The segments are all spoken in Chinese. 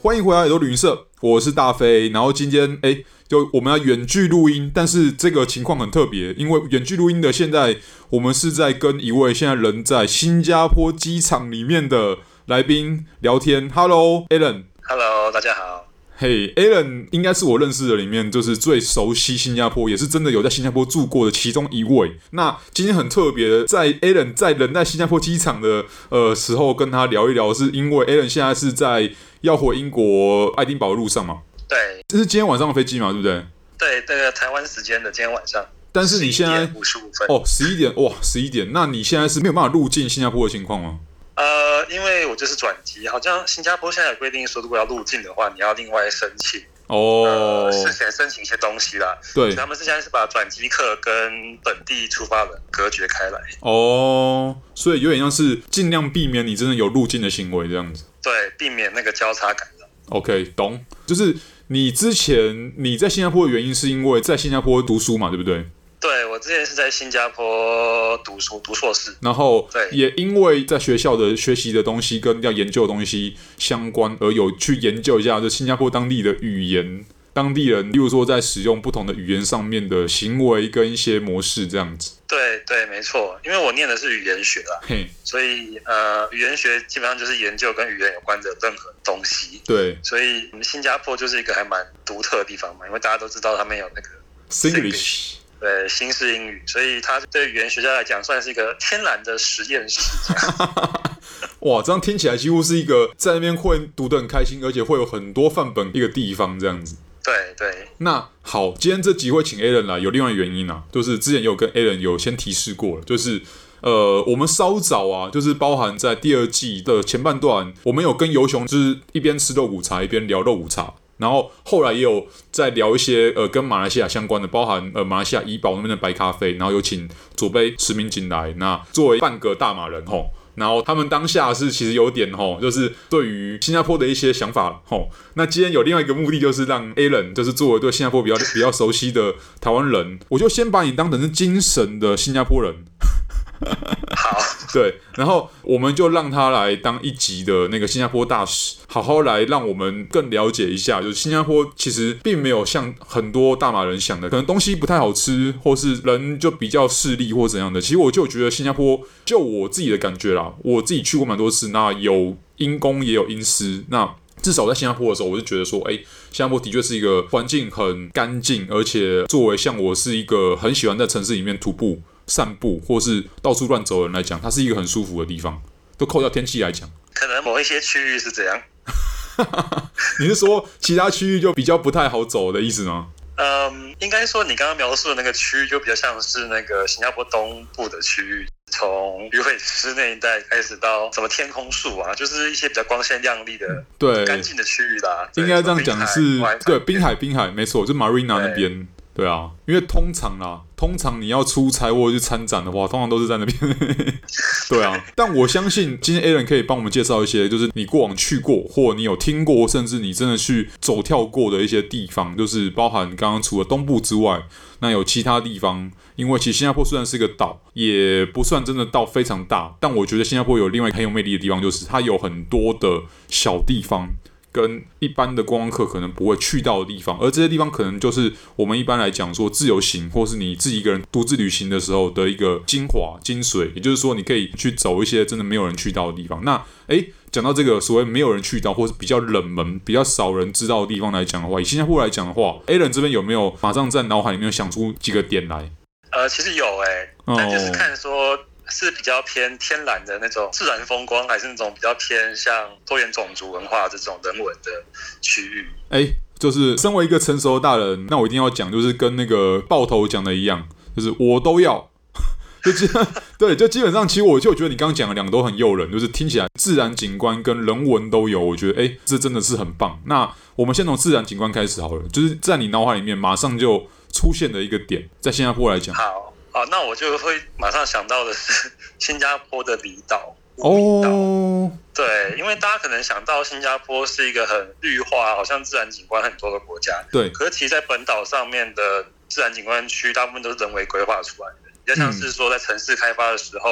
欢迎回来耳朵旅行社，我是大飞。然后今天就我们要远距录音，但是这个情况很特别，因为远距录音的现在我们是在跟一位现在人在新加坡机场里面的来宾聊天。Hello Alan。Hello， 大家好。 嘿、Alan 应该是我认识的里面就是最熟悉新加坡，也是真的有在新加坡住过的其中一位。那今天很特别的，在 Alan 在人在新加坡机场的时候跟他聊一聊，是因为 Alan 现在是在要回英国爱丁堡的路上嘛？ 对， 这是今天晚上的飞机嘛，对不对？ 对，这个台湾时间的今天晚上。 但是你现在 11点55分哦，11点哇，11点，那你现在是没有办法入境新加坡的情况吗？ 因为我就是转机，好像新加坡现在有规定说，如果要入境的话，你要另外申请。事前申请一些东西啦。 对， 他们现在是把转机客跟本地出发人隔绝开来。 所以有点像是尽量避免你真的有入境的行为这样子。 对，避免那个交叉感染。 OK， 懂。就是你之前你在新加坡的原因是因为在新加坡读书嘛，对不对？ 对，我之前是在新加坡读书，读硕士，然后也因为在学校的学习的东西跟要研究的东西相关，而有去研究一下就新加坡当地的语言，当地人例如说在使用不同的语言上面的行为跟一些模式这样子。 对，没错，因为我念的是语言学啦，所以语言学基本上就是研究跟语言有关的任何东西。 对， 所以新加坡就是一个还蛮独特的地方嘛，因为大家都知道他们有那个 Singlish。 对，新式英语，所以它对语言学家来讲算是一个天然的实验室。 哇，这样听起来几乎是一个在那边会读得很开心，而且会有很多范本一个地方这样子。 对。 那好，今天这集会请 Alan 来，有另外一个原因啊，就是之前有跟 Alan 有先提示过了，就是我们稍早啊，就是包含在第二季的前半段，我们有跟游雄就是一边吃肉骨茶一边聊肉骨茶。然后后来也有在聊一些跟马来西亚相关的，包含马来西亚怡保那边的白咖啡，然后有请左杯池明锦来，那作为半个大马人吼，然后他们当下是其实有点吼，就是对于新加坡的一些想法吼。那今天有另外一个目的，就是让 Alan 就是作为对新加坡比较熟悉的台湾人，我就先把你当成是精神的新加坡人。 好， 对，然后我们就让他来当一集的那个新加坡大使，好好来让我们更了解一下，就是新加坡其实并没有像很多大马人想的，可能东西不太好吃，或是人就比较势利或怎样的。其实我就觉得新加坡，就我自己的感觉啦，我自己去过蛮多次，那有阴公也有阴私，那至少在新加坡的时候，我就觉得说，新加坡的确是一个环境很干净，而且作为像我是一个很喜欢在城市里面徒步散步或是到处乱走的人来讲，它是一个很舒服的地方，都扣掉天气来讲。 可能某一些区域是这样。 你是说其他区域就比较不太好走的意思吗？ 应该说你刚刚描述的那个区域就比较像是那个新加坡东部的区域，从鱼尾狮那一带开始到什么天空树啊，就是一些比较光鲜亮丽的、对干净的区域啦。 应该这样讲是，对，滨海没错，就 Marina 那边。对啊，因为通常你要出差或者去参展的话，通常都是在那边。对啊，但我相信今天 Alan 可以帮我们介绍一些，就是你过往去过，或你有听过，甚至你真的去走跳过的一些地方，就是包含刚刚除了东部之外，那有其他地方。因为其实新加坡虽然是一个岛，也不算真的到非常大，但我觉得新加坡有另外一个很有魅力的地方，就是它有很多的小地方。跟一般的观光客可能不会去到的地方，而这些地方可能就是我们一般来讲说自由行，或是你自己一个人独自旅行的时候的一个精华精髓，也就是说你可以去走一些真的没有人去到的地方。那讲到这个所谓没有人去到或是比较冷门、比较少人知道的地方来讲的话，以新加坡来讲的话 ，Alan 这边有没有马上在脑海里面想出几个点来？ 其实有但就是看说。是比较偏天然的那种自然风光，还是那种比较偏像多元种族文化这种人文的区域？ 就是身为一个成熟的大人，那我一定要讲，就是跟那个爆头讲的一样，就是我都要。就基本上，其实我就觉得你刚刚讲的两个都很诱人，就是听起来自然景观跟人文都有，我觉得这真的是很棒。那我们先从自然景观开始好了，就是在你脑海里面马上就出现的一个点，在新加坡来讲。 好，那我就会马上想到的是新加坡的离岛。对，因为大家可能想到新加坡是一个很绿化，好像自然景观很多的国家。 对， 可是其实在本岛上面的自然景观区，大部分都是人为规划出来的，比较像是说在城市开发的时候，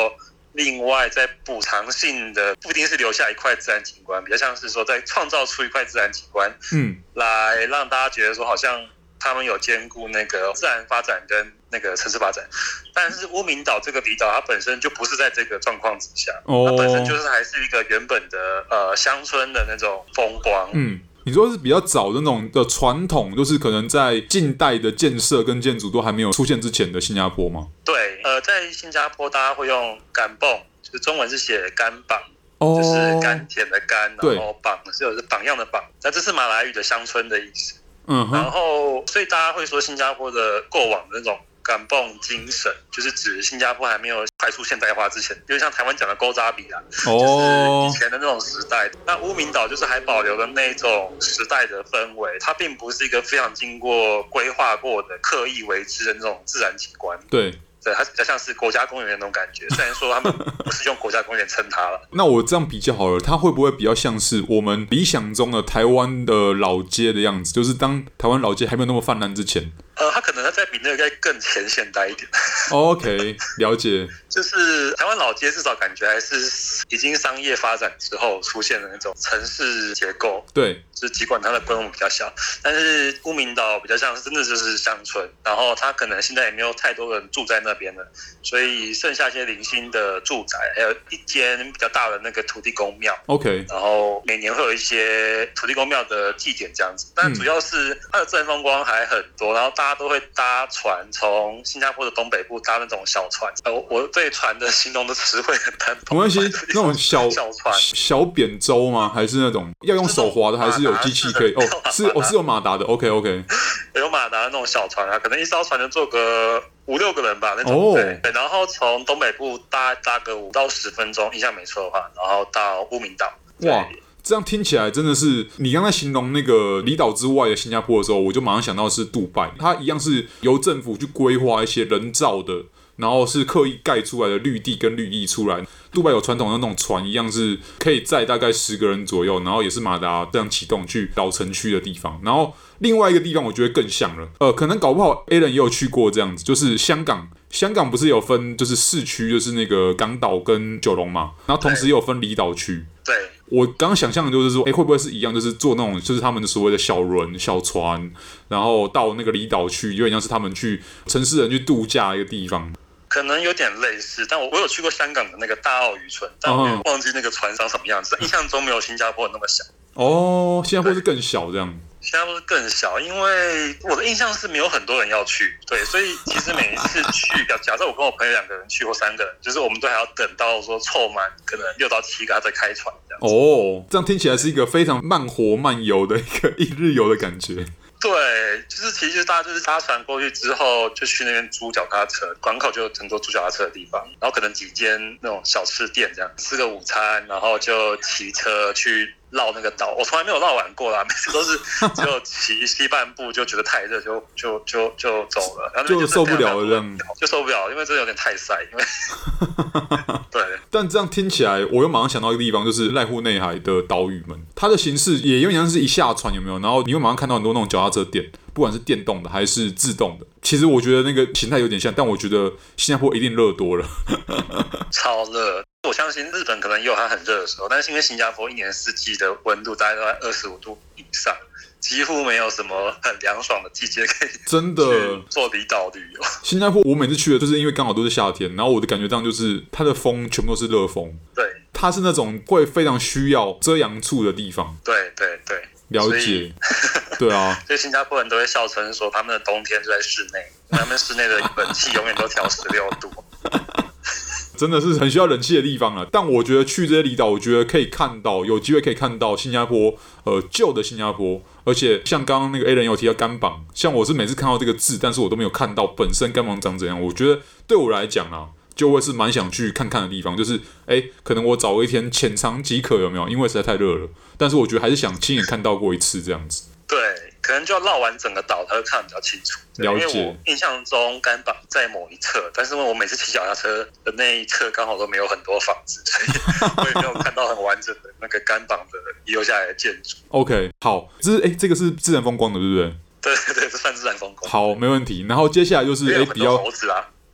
另外再补偿性的，不一定是留下一块自然景观，比较像是说再创造出一块自然景观，来让大家觉得说好像他们有兼顾那个自然发展跟那个城市发展。但是乌名岛这个离岛它本身就不是在这个状况之下，它本身就是还是一个原本的乡村的那种风光。 你说是比较早的那种的传统，就是可能在近代的建设跟建筑都还没有出现之前的新加坡吗？ 对，在新加坡大家会用甘榜，就是中文是写甘榜，就是甘甜的甘，然后榜是榜样的榜，那这是马来语的乡村的意思。然后所以大家会说新加坡的过往的那种甘榜精神，就是指新加坡还没有快速现代化之前，就像台湾讲的勾扎比啊，就是以前的那种时代。那乌名岛就是还保留了那种时代的氛围，它并不是一个非常经过规划过的刻意为之的那种自然景观。对，它比较像是国家公园的那种感觉，虽然说他们不是用国家公园称它了。 那我这样比较好了，它会不会比较像是我们理想中的台湾的老街的样子？就是当台湾老街还没有那么泛滥之前。 它可能再比那个再更前现代一点。 OK， 了解。 就是台湾老街至少感觉还是已经商业发展之后出现的那种城市结构。 对， 就是尽管它的规模比较小，但是乌名岛比较像真的就是乡村，然后它可能现在也没有太多人住在那边了，所以剩下一些零星的住宅，还有一间比较大的那个土地公庙。 OK， 然后每年会有一些土地公庙的祭典这样子，但主要是它的自然风光还很多，然后大家都会搭船从新加坡的东北部搭那种小船。我对船的形容的词汇很单薄， 没关系，那种小船、小扁舟吗？还是那种要用手划的，还是有机器可以？是有马达的。OK， 有马达的那种小船啊，可能一艘船就坐个5-6个人吧那种。对，然后从东北部搭个5到10分钟，印象没错的话，然后到乌名岛。 哇！这样听起来真的是，你刚才形容那个离岛之外的新加坡的时候，我就马上想到的是杜拜，它一样是由政府去规划一些人造的，然后是刻意盖出来的绿地跟绿意出来。杜拜有传统的那种船，一样是可以载大概10个人左右，然后也是马达这样启动去老城区的地方。然后另外一个地方我觉得更像了，可能搞不好 A 人也有去过这样子，就是香港不是有分就是市区，就是那个港岛跟九龙嘛，然后同时也有分离岛区。 对， 我刚刚想象的就是说，会不会是一样，就是做那种就是他们的所谓的小轮、小船，然后到那个离岛去，有点像是他们去城市人去度假的一个地方。 可能有点类似，但我有去过香港的那个大澳渔村，但我忘记那个船长什么样子，印象中没有新加坡那么小。 新加坡是更小这样。 新加坡是更小，因为我的印象是没有很多人要去，对，所以其实每一次去，假设我跟我朋友2个人去或3个人，就是我们都还要等到说凑满可能6到7个，他再开船这样子。 这样听起来是一个非常慢活慢游的一个一日游的感觉。 对，就是其实就是大家就是搭船过去之后，就去那边租脚踏车，港口就有很多租脚踏车的地方，然后可能几间那种小吃店这样，吃个午餐，然后就骑车去绕那个岛。我从来没有绕完过啦，每次都是只有骑西半部就觉得太热就走了，然后就受不了了这样， 就受不了，因为真的有点太晒，因为对。 但这样听起来，我又马上想到一个地方，就是濑户内海的岛屿们，它的形式也有点像是一下船，有没有？然后你会马上看到很多那种脚踏车店，不管是电动的还是自动的。其实我觉得那个形态有点像，但我觉得新加坡一定热多了， 超热。我相信日本可能也有它很热的时候，但是因为新加坡一年四季的温度大概都在25度以上，几乎没有什么很凉爽的季节可以真的做离岛旅游。 新加坡我每次去的就是因为刚好都是夏天，然后我的感觉这样就是它的风全部都是热风， 对， 它是那种会非常需要遮阳处的地方。 对， 了解。对啊， 所以新加坡人都会笑称说他们的冬天就在室内，他们室内的冷气永远都调16度。 真的是很需要冷气的地方了，但我觉得去这些离岛，我觉得可以看到，有机会可以看到新加坡，旧的新加坡，而且像刚刚那个 A 人有提到甘榜，像我是每次看到这个字，但是我都没有看到本身甘榜长怎样，我觉得对我来讲啊，就会是蛮想去看看的地方，就是可能我找一天浅尝即可，有没有？因为实在太热了，但是我觉得还是想亲眼看到过一次这样子。 对，可能就要绕完整个岛，他会看得比较清楚。 了解。 因为我印象中甘榜在某一侧，但是因为我每次骑脚踏车的那一侧刚好都没有很多房子，所以我也没有看到很完整的那个甘榜的遗留下来的建筑。 OK， 好，这个是自然风光的，对不对？ 对，这算自然风光。 好，没问题。然后接下来就是比较猴子啊。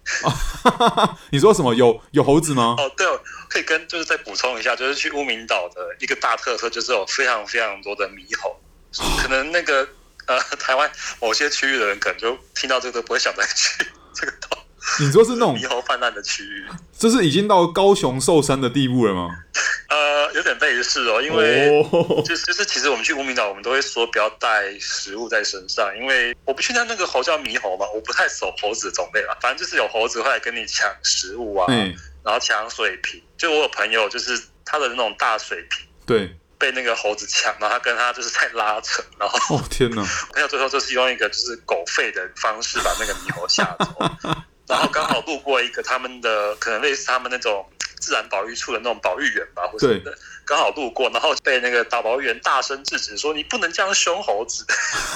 你说什么？有猴子吗？ 哦，对，可以就是再补充一下，就是去乌名岛的一个大特色就是有非常非常多的猕猴，可能那个台湾某些区域的人可能就听到这个都不会想再去这个岛。 你说是那种猕猴泛滥的区域， 这是已经到高雄寿山的地步了吗？ 有点类似哦，因为就是其实我们去乌名岛，我们都会说不要带食物在身上，因为我不确定那个猴叫猕猴嘛，我不太熟猴子的种类啦，反正就是有猴子会来跟你抢食物啊，然后抢水瓶。就我有朋友就是他的那种大水瓶， 对， 被那个猴子抢，然后他跟他就是在拉扯，然后天哪！ 朋友最后就是用一个就是狗吠的方式把那个猕猴吓走，然后刚好路过一个他们的可能类似他们那种自然保育处的那种保育员吧，或什么的，刚好路过，然后被那个导保育员大声制止说：“你不能这样凶猴子。”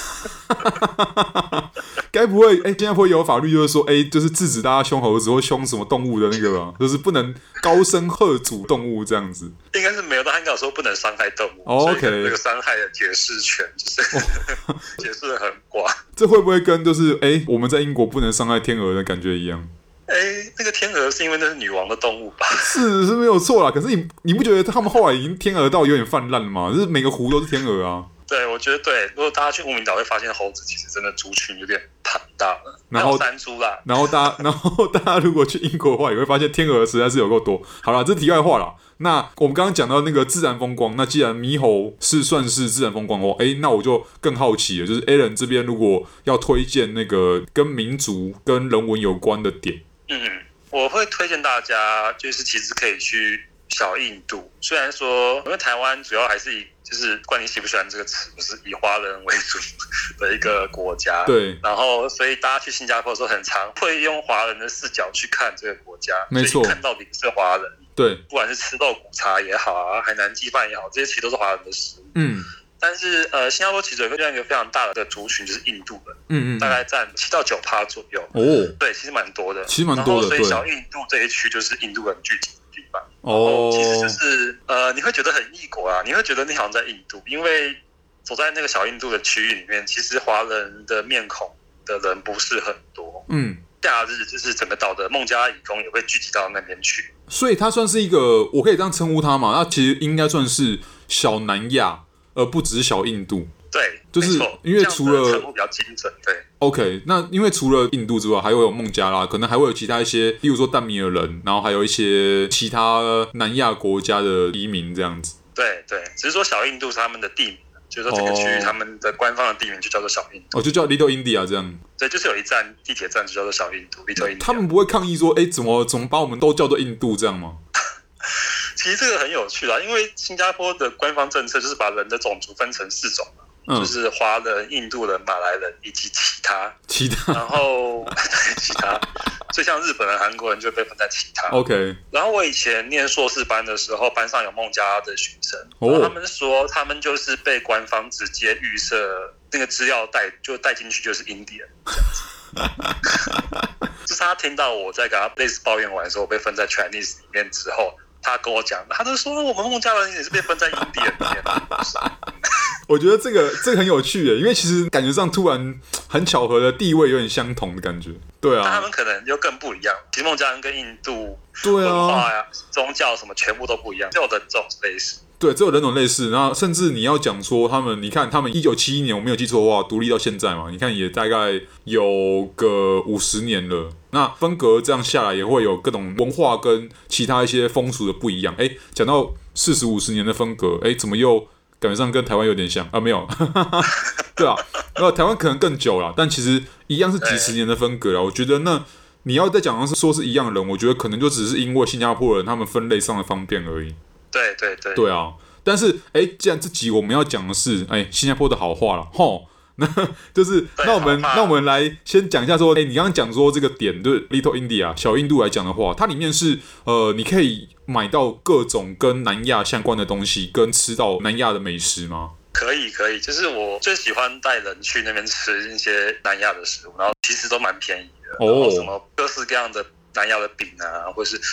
该不会现在会有法律就是说就是制止大家凶猴子或凶什么动物的那个吧？就是不能高声喝阻动物这样子。 应该是没有，但他应该有说不能伤害动物。 OK， 所以这个伤害的解释权就是解释的很广。 这会不会跟就是我们在英国不能伤害天鹅的感觉一样？ 那个天鹅是因为那是女王的动物吧？ 是没有错啦。可是你不觉得他们后来已经天鹅到有点泛滥了吗？就是每个湖都是天鹅啊。 对，我觉得对。如果大家去乌名岛会发现猴子其实真的族群有点庞大了， 然后山猪啦。 然后大家如果去英国的话，也会发现天鹅实在是有够多。好啦，这题外话啦。那我们刚刚讲到那个自然风光，那既然猕猴算是自然风光的话，那我就更好奇了，就是 Alan 这边如果要推荐那个跟民族跟人文有关的点， 我会推荐大家就是其实可以去小印度，虽然说因为台湾主要还是就是不管你喜不喜欢这个词，就是以华人为主的一个国家， 对， 然后所以大家去新加坡的时候很常会用华人的视角去看这个国家， 没错， 看到底是华人， 对， 不管是吃肉骨茶也好啊，海南鸡饭也好，这些其实都是华人的食物，但是新加坡其实有一个非常大的族群就是印度人，大概占7到9%左右，对，其实蛮多的，所以小印度这一区就是印度人聚集的地方，其实就是你会觉得很异国啊，你会觉得你好像在印度，因为走在那个小印度的区域里面，其实华人的面孔的人不是很多，假日就是整个岛的孟加拉移工也会聚集到那边去， 所以它算是一个，我可以这样称呼它嘛？那其实应该算是小南亚。而不只是小印度， 对， 就是因为除了称呼比较精准，对 ，OK， 那因为除了印度之外，还会有孟加拉，可能还会有其他一些，例如说淡米尔人，然后还有一些其他南亚国家的移民这样子。 对，只是说小印度是他们的地名，就是说整个区域他们的官方的地名就叫做小印度， 就叫 Little India 这样。 对，就是有一站地铁站就叫做小印度 Little India。 他们不会抗议说，怎么把我们都叫做印度这样吗？ 其实这个很有趣啦，因为新加坡的官方政策就是把人的种族分成4种嘛，就是华人、印度人、马来人以及其他，然后其他，所以像日本人、韩国人就被分在其他。 OK。 然后我以前念硕士班的时候，班上有孟加拉的学生，然后他们说他们就是被官方直接预设那个资料带进去就是 Indian 这样子。就是他听到我在跟他类似抱怨完的时候，被分在 Chinese 里面之后。他跟我讲，他就说我们孟加拉人也是被分在印地里面的。 我觉得这个很有趣耶，因为其实感觉上突然很巧合的地位有点相同的感觉。对啊， 但他们可能又更不一样。其实孟加拉人跟印度文化呀、宗教什么全部都不一样，只有人种类似。 对，只有人种类似，然后甚至你要讲说你看他们1971年我没有记错的话，独立到现在嘛，你看也大概有个50年了。那分隔这样下来，也会有各种文化跟其他一些风俗的不一样。讲到40、50年的分隔，怎么又感觉上跟台湾有点像啊？没有，对啊，台湾可能更久了，但其实一样是几十年的分隔了。我觉得那你要再讲的是说是一样的人，我觉得可能就只是因为新加坡人他们分类上的方便而已。对啊，但是既然这集我们要讲的是新加坡的好话了，那就是那我们来先讲一下说，你刚刚讲说这个点对 Little India 小印度来讲的话，它里面是你可以买到各种跟南亚相关的东西，跟吃到南亚的美食吗？ 可以，就是我最喜欢带人去那边吃一些南亚的食物，然后其实都蛮便宜的，然后什么各式各样的南亚的饼啊，或是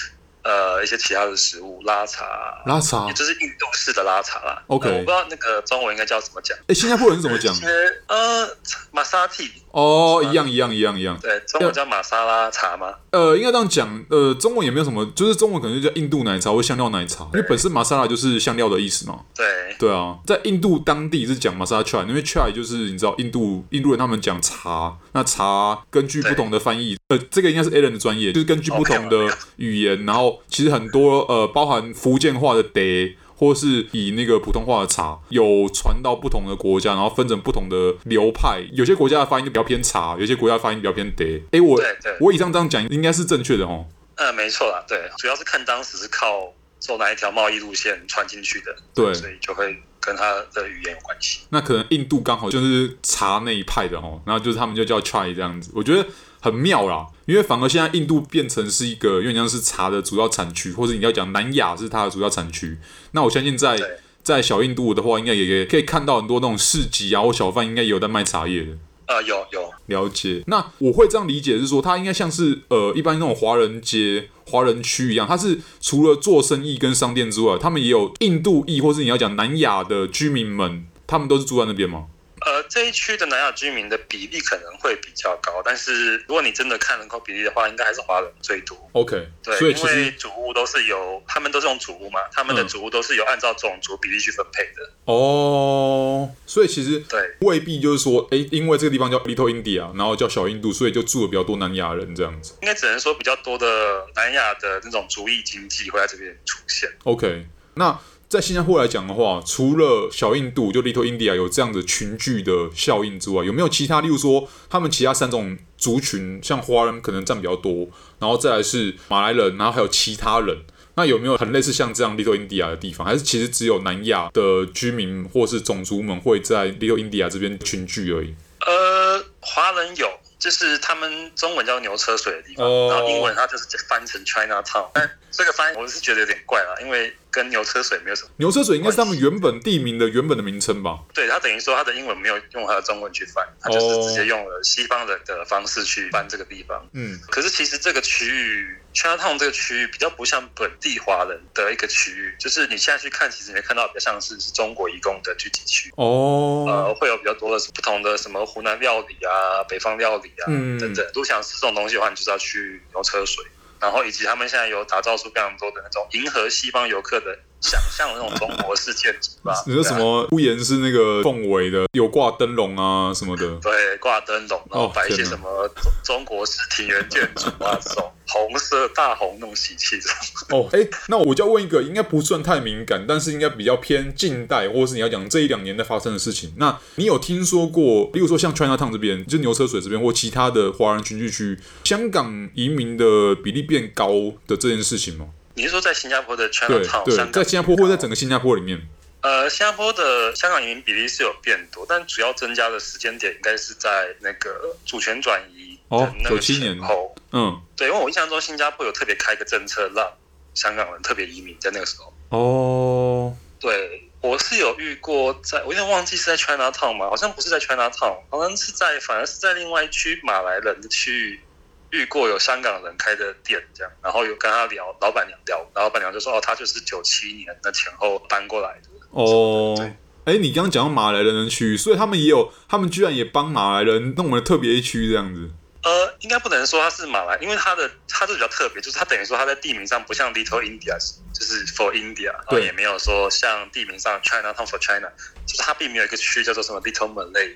一些其他的食物，拉茶，也就是印度式的拉茶啦。 OK， 我不知道那个中文应该叫怎么讲。 新加坡人是怎么讲？ 玛莎蒂。 一样。 对，中文叫玛莎拉茶吗？ 应该这样讲。中文也没有什么，就是中文可能就叫印度奶茶或香料奶茶，因为本身玛莎拉就是香料的意思嘛。对啊，在印度当地是讲玛莎拉 chai， 因为 chai 就是你知道印度人他们讲茶，那茶根据不同的翻译，这个应该是 Alan 的专业，就是根据不同的语言，然后其实很多包含福建话的茶，或是以那个普通话的茶，有传到不同的国家，然后分成不同的流派。有些国家的发音就比较偏茶，有些国家的发音比较偏茶。我以上这样讲应该是正确的齁。 没错啦，对，主要是看当时是靠走哪一条贸易路线传进去的， 对， 所以就会跟他的语言有关系。 那可能印度刚好就是茶那一派的齁，然后就是他们就叫 chai 这样子，我觉得很妙啦。因为反而现在印度变成是一个有点像是茶的主要产区，或者你要讲南亚是它的主要产区。那我相信在小印度的话，应该也可以看到很多那种市集啊或小贩，应该也有在卖茶叶的。 有了解。那我会这样理解是说，它应该像是一般那种华人街、华人区一样，它是除了做生意跟商店之外，他们也有印度裔或是你要讲南亚的居民们，他们都是住在那边吗？ 这一区的南亚居民的比例可能会比较高，但是如果你真的看人口比例的话，应该还是华人最多。 OK， 对， 所以因为主屋都是由他们都是用主屋嘛，他们的主屋都是有按照种族比例去分配的。 所以其实对未必就是说，因为这个地方叫 Little India， 然后叫小印度，所以就住了比较多南亚人这样子。 应该只能说比较多的南亚的那种族裔经济会在这边出现。 OK， 那在新加坡来讲的话，除了小印度就 Little India 有这样的群聚的效应之外，有没有其他，例如说他们其他3种族群，像华人可能占比较多，然后再来是马来人，然后还有其他人，那有没有很类似像这样 Little India 的地方？还是其实只有南亚的居民或是种族们会在 Little India 这边群聚而已？ 华人有，就是他们中文叫牛车水的地方，然后英文它就是翻成 Chinatown， 但这个翻译我是觉得有点怪啦，因为跟牛车水没有什么。 牛车水应该是他们原本地名的原本的名称吧？ 对，他等于说他的英文没有用他的中文去翻，他就是直接用了西方人的方式去翻这个地方。可是其实这个区域 Chinatown 这个区域比较不像本地华人的一个区域，就是你现在去看，其实你会看到比较像是中国移工的聚集区。会有比较多的不同的什么湖南料理啊、北方料理啊等等。如果想吃这种东西的话，你就是要去牛车水。然后以及他们现在有打造出非常多的那种迎合西方游客的想象的那种中国式建筑吧。 你说什么屋檐是那个凤尾的，有挂灯笼啊什么的？ 对，挂灯笼，然后摆一些什么中国式庭园建筑啊，这种红色大红那种喜气这种。 那我就要问一个，应该不算太敏感，但是应该比较偏近代，或是你要讲这1-2年在发生的事情。那你有听说过，例如说像 Chinatown 这边，就牛车水这边，或其他的华人群聚区，香港移民的比例变高的这件事情吗？ 你是说在新加坡的 Chinatown？ 对，在新加坡或在整个新加坡里面。 新加坡的香港移民比例是有变多，但主要增加的时间点应该是在那个主权转移的那个前后。对，因为我印象中新加坡有特别开一个政策，让香港人特别移民在那个时候。对，我是有遇过我有点忘记是在 Chinatown 吗？好像不是在 Chinatown， 好像是反而是在另外一区马来人的区域。遇过有香港人开的店这样，然后有跟他聊，老板娘聊，老板娘就说他就是97年的前后搬过来的。 你刚刚讲到马来人的区域，所以他们居然也帮马来人弄了特别一区这样子。 应该不能说他是马来，因为他这比较特别，就是他等于说他在地名上不像 Little India 就是 for India， 然后也没有说像地名上 Chinatown for China， 就是他并没有一个区叫做什么 Little Malay，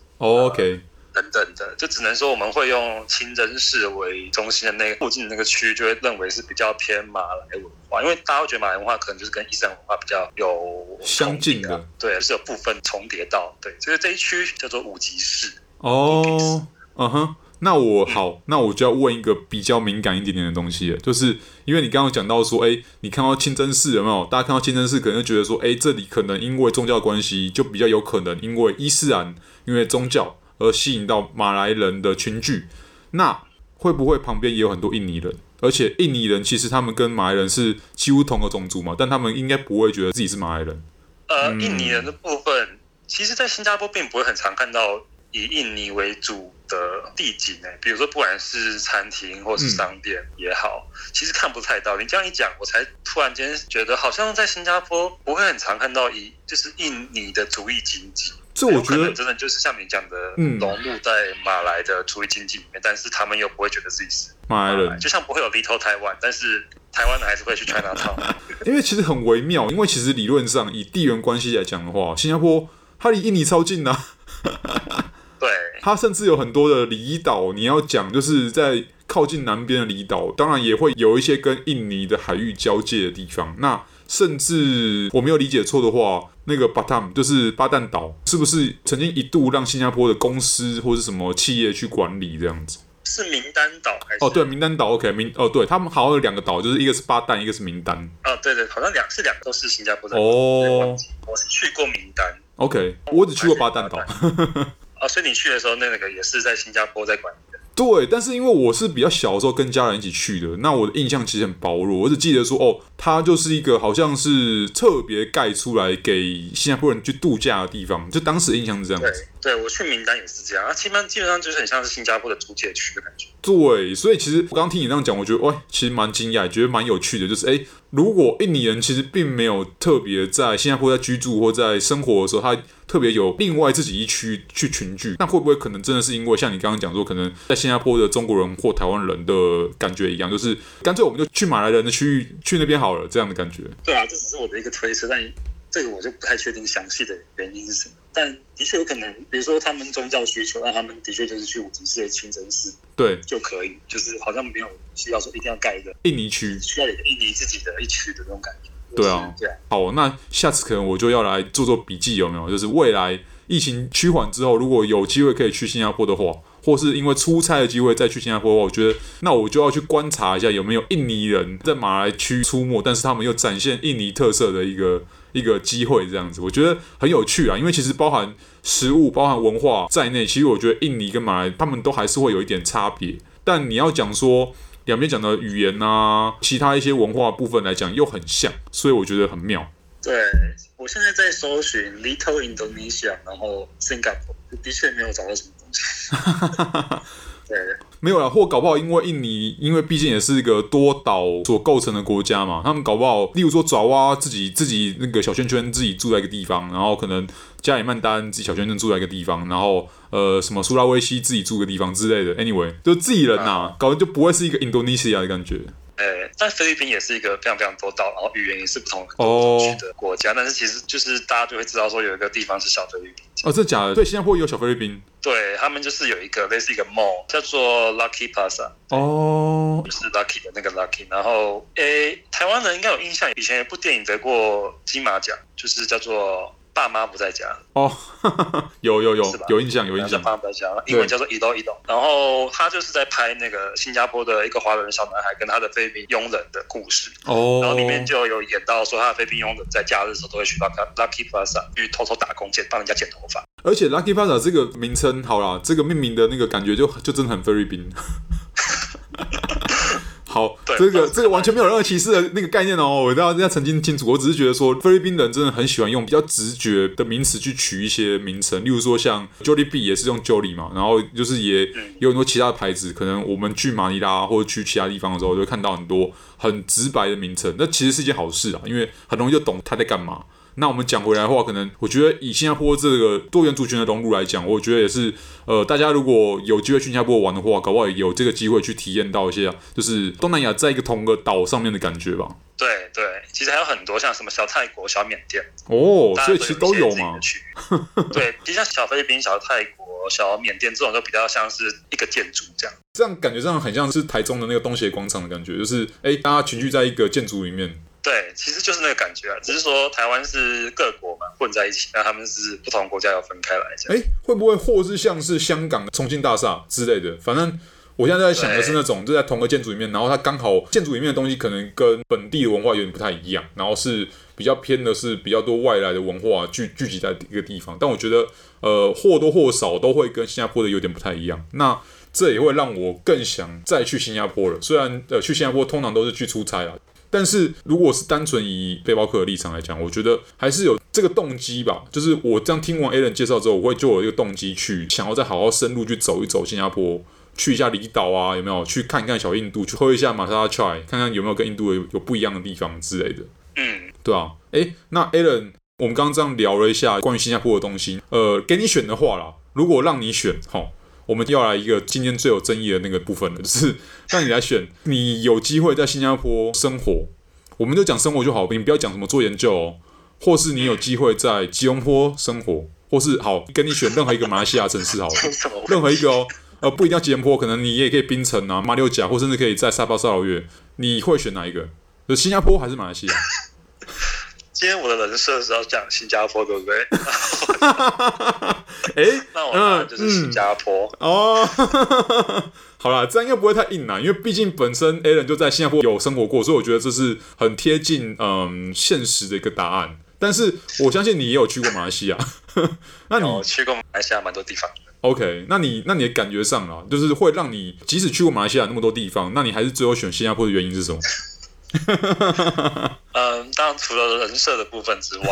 OK。 等等的，就只能说我们会用清真寺为中心的那个附近的那个区域，就会认为是比较偏马来文化，因为大家会觉得马来文化可能就是跟伊斯兰文化比较有相近的， 对，就是有部分重叠到，对，所以这一区叫做五级市。 那我就要问一个比较敏感一点点的东西了，就是因为你刚刚讲到说，你看到清真寺有没有？大家看到清真寺可能就觉得说，这里可能因为宗教关系，就比较有可能因为伊斯兰，因为宗教。而吸引到马来人的群聚，那会不会旁边也有很多印尼人？而且印尼人其实他们跟马来人是几乎同个种族嘛，但他们应该不会觉得自己是马来人。 印尼人的部分，其实在新加坡并不会很常看到以印尼为主的地景比如说不管是餐厅或是商店也好，其实看不太到。你这样一讲，我才突然间觉得好像在新加坡不会很常看到就是印尼的族裔经济。 这我觉得真的就是像你讲的，融入在马来的族裔经济里面，但是他们又不会觉得自己是马来人， 就像不会有 Little Taiwan， 但是台湾人还是会去 Chinatown。 因为其实很微妙，因为其实理论上以地缘关系来讲的话，新加坡它离印尼超近啊。 对， 它甚至有很多的离岛，你要讲就是在靠近南边的离岛，当然也会有一些跟印尼的海域交界的地方。那甚至我没有理解错的话，那个 Batam 就是巴旦岛，是不是曾经一度让新加坡的公司或是什么企业去管理这样子？ 是名单岛还是？ 哦，对，名单岛 OK， 对，他们好像有2个岛，就是一个是巴旦，一个是名单。 哦，对对，好像两个都是新加坡的。 哦， 我是去过名单。 OK， 我只去过巴旦岛。 所以你去的时候，那个也是在新加坡在管理的。 对，但是因为我是比较小的时候跟家人一起去的，那我的印象其实很薄弱，我只记得说，它就是一个好像是特别盖出来给新加坡人去度假的地方，就当时的印象是这样子。 对，我去名单也是这样，基本上就是很像是新加坡的租界区的感觉。 对，所以其实我刚刚听你这样讲，我觉得其实蛮惊讶，觉得蛮有趣的，就是如果印尼人其实并没有特别在新加坡在居住或在生活的时候，他特别有另外自己一区去群聚，那会不会可能真的是因为像你刚刚讲说，可能在新加坡的中国人或台湾人的感觉一样，就是干脆我们就去马来人的区域去那边好了，这样的感觉。 对啊，这只是我的一个推测，但这个我就不太确定详细的原因是什么。但的确有可能，比如说他们宗教需求，那他们的确就是去五级市的清真寺，对，就可以，就是好像没有需要说一定要盖一个印尼区， 需要有一个印尼自己的一区的那种感觉。 对啊，好，那下次可能我就要来做笔记，有没有？就是未来疫情趋缓之后，如果有机会可以去新加坡的话，或是因为出差的机会再去新加坡的话，我觉得那我就要去观察一下有没有印尼人在马来区出没，但是他们又展现印尼特色的一个机会，这样子，我觉得很有趣啊。因为其实包含食物、包含文化在内，其实我觉得印尼跟马来他们都还是会有一点差别。但你要讲说两边讲的语言啊，其他一些文化部分来讲又很像，所以我觉得很妙。 对，我现在在搜寻 Little Indonesia， 然后 Singapore， 的确没有找到什么东西。对， 没有啦，或搞不好因为印尼，因为毕竟也是一个多岛所构成的国家嘛，他们搞不好，例如说爪哇自己那个小圈圈自己住在一个地方，然后可能加里曼丹自己小圈圈住在一个地方，然后什么苏拉威西自己住个地方之类的 ，anyway， 就自己人呐，搞得就不会是一个 Indonesia 的感觉。 但菲律宾也是一个非常非常多岛，然后语言也是不同区的国家，但是其实就是大家就会知道说有一个地方是小菲律宾。 哦，真的假的？对，新加坡也有小菲律宾。 对，他们就是有一个类似一个 mall 叫做 Lucky Plaza， 就是 Lucky 的那个 Lucky。然后台湾人应该有印象，以前有一部电影得过金马奖，就是叫做爸妈不在家。有印象。爸妈不在家，英文叫做 Ido。然后他就是在拍那个新加坡的一个华人小男孩跟他的菲律宾佣人的故事。然后里面就有演到说，他的菲律宾佣人在假日的时候都会去 Lucky Plaza 去偷偷打工帮人家剪头发。 而且 Lucky Plaza 这个名称好啦，这个命名的那个感觉就真的很菲律宾。好，这个完全没有任何歧视的那个概念哦，我一定要澄清清楚。我只是觉得说，菲律宾人真的很喜欢用比较直觉的名词去取一些名称，例如说像 Jollibee 也是用 Jolly 嘛，然后就是也有很多其他的牌子，可能我们去马尼拉或者去其他地方的时候，就会看到很多很直白的名称，那其实是一件好事啊，因为很容易就懂他在干嘛。那我们讲回来的话，可能我觉得以新加坡这个多元族群的融入来讲，我觉得也是大家如果有机会去新加坡玩的话，搞不好也有这个机会去体验到一些就是东南亚在一个同个岛上面的感觉吧。 对，其实还有很多像什么小泰国、小缅甸所以其实都有嘛。 对，其实像小菲律宾、小泰国、小缅甸这种都比较像是一个建筑这样。 这样感觉上很像是台中的那个东协广场的感觉，就是大家群聚在一个建筑里面。 对，其实就是那个感觉啊，只是说台湾是各国嘛混在一起，那他们是不同国家要分开来这样。 会不会或是像是香港的重庆大厦之类的？反正我现在在想的是那种就在同个建筑里面，然后它刚好建筑里面的东西可能跟本地的文化有点不太一样，然后是比较偏的是比较多外来的文化聚集在一个地方。但我觉得或多或少都会跟新加坡的有点不太一样。那这也会让我更想再去新加坡了。虽然去新加坡通常都是去出差啦。 但是如果是单纯以背包客的立场来讲，我觉得还是有这个动机吧。就是我这样听完 Alan 介绍之后，我会就有一个动机去想要再好好深入去走一走新加坡，去一下离岛啊，有没有去看一看小印度，去喝一下玛莎拉 chai， 看看有没有跟印度有不一样的地方之类的。对啊。那 Alan， 我们刚刚这样聊了一下关于新加坡的东西，给你选的话啦，如果让你选，我们要来一个今天最有争议的那个部分了，就是让你来选，你有机会在新加坡生活，我们就讲生活就好，你不要讲什么做研究哦，或是你有机会在吉隆坡生活，或是好跟你选任何一个马来西亚城市好了，任何一个哦，不一定要吉隆坡，可能你也可以槟城啊、马六甲，或甚至可以在沙巴、沙劳越，你会选哪一个？就新加坡还是马来西亚？ 今天我的人设是要讲新加坡，对不对？那我当然就是新加坡。 好啦，这样应该不会太硬啦，因为毕竟本身 Alan 就在新加坡有生活过，所以我觉得这是很贴近现实的一个答案。但是我相信你也有去过马来西亚，那你有去过马来西亚蛮多地方的。 OK， 那你的感觉上啦，就是会让你即使去过马来西亚那么多地方，那你还是最后选新加坡的原因是什么？ 当然除了人设的部分之外，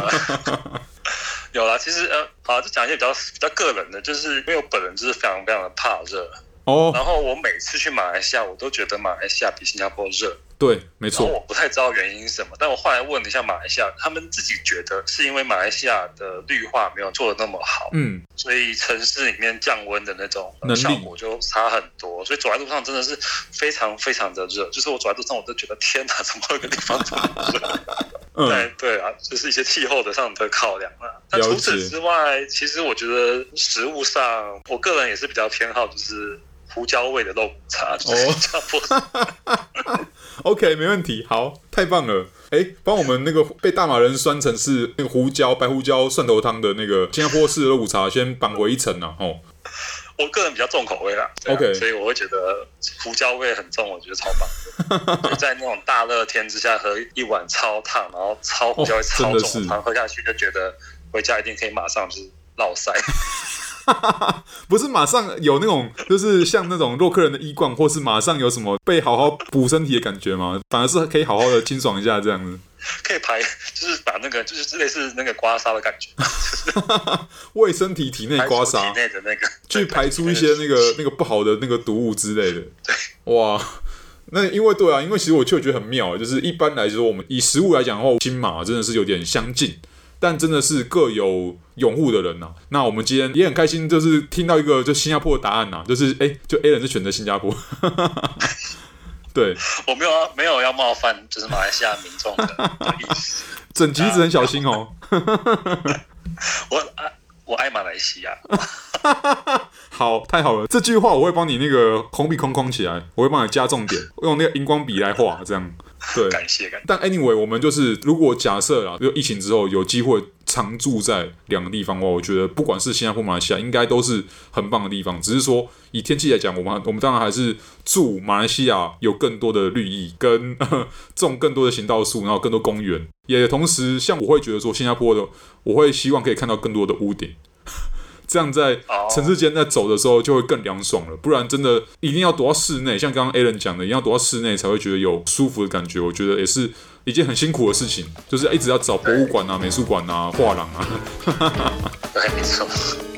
有啦。其实好，就讲一些比较个人的，就是因为我本人就是非常非常的怕热。然后我每次去马来西亚，我都觉得马来西亚比新加坡热。 对，没错。 然后我不太知道原因是什么，但我后来问了一下马来西亚，他们自己觉得是因为马来西亚的绿化没有做得那么好，所以城市里面降温的那种效果就差很多，所以走在路上真的是非常非常的热，就是我走在路上我都觉得天哪，怎么有个地方这么热？对啊，就是一些气候的上的考量啊。但除此之外，其实我觉得食物上，我个人也是比较偏好就是胡椒味的肉骨茶，就是新加坡。 OK， 没问题，好，太棒了！帮我们那个被大马人酸成是那个白胡椒蒜头汤的那个新加坡式的肉骨茶，先绑回一层啊！ 我个人比较重口味啦 ，OK， 所以我会觉得胡椒味很重，我觉得超棒的。就在那种大热天之下喝一碗超烫，然后超胡椒味超重的汤，喝下去就觉得回家一定可以马上就是落腮。 不是马上有那种，就是像那种洛克人的衣冠，或是马上有什么被好好补身体的感觉吗？反而是可以好好的清爽一下这样子。 可以就是把那个，就是类似那个刮痧的感觉， 为身体体内刮痧， 体内的那个， 去排出一些那个不好的那个毒物之类的。 对， 哇。那因为其实我就觉得很妙，就是一般来说，我们以食物来讲的话，新马真的是有点相近。但真的是各有拥护的人呐。那我们今天也很开心，就是听到一个就新加坡的答案呐，就是就 Alan 是选择新加坡。对， 我没有要冒犯，就是马来西亚民众的意思。 整集只很小心哦。 我爱马来西亚。 好，太好了，这句话我会帮你那个红笔框起来，我会帮你加重点，用那个荧光笔来画，这样。对， 感谢。 但 anyway， 我们就是如果假设啦，就疫情之后有机会常住在两个地方的话，我觉得不管是新加坡、马来西亚，应该都是很棒的地方。只是说以天气来讲，我们当然还是祝马来西亚有更多的绿意，跟种更多的行道树，然后更多公园。也同时，像我会觉得说，新加坡的我会希望可以看到更多的屋顶。这样在城市间在走的时候就会更凉爽了，不然真的一定要躲到室内，像刚刚 Alan 讲的，一定要躲到室内才会觉得有舒服的感觉。我觉得也是一件很辛苦的事情，就是一直要找博物馆啊、美术馆啊、画廊啊。 对，没错。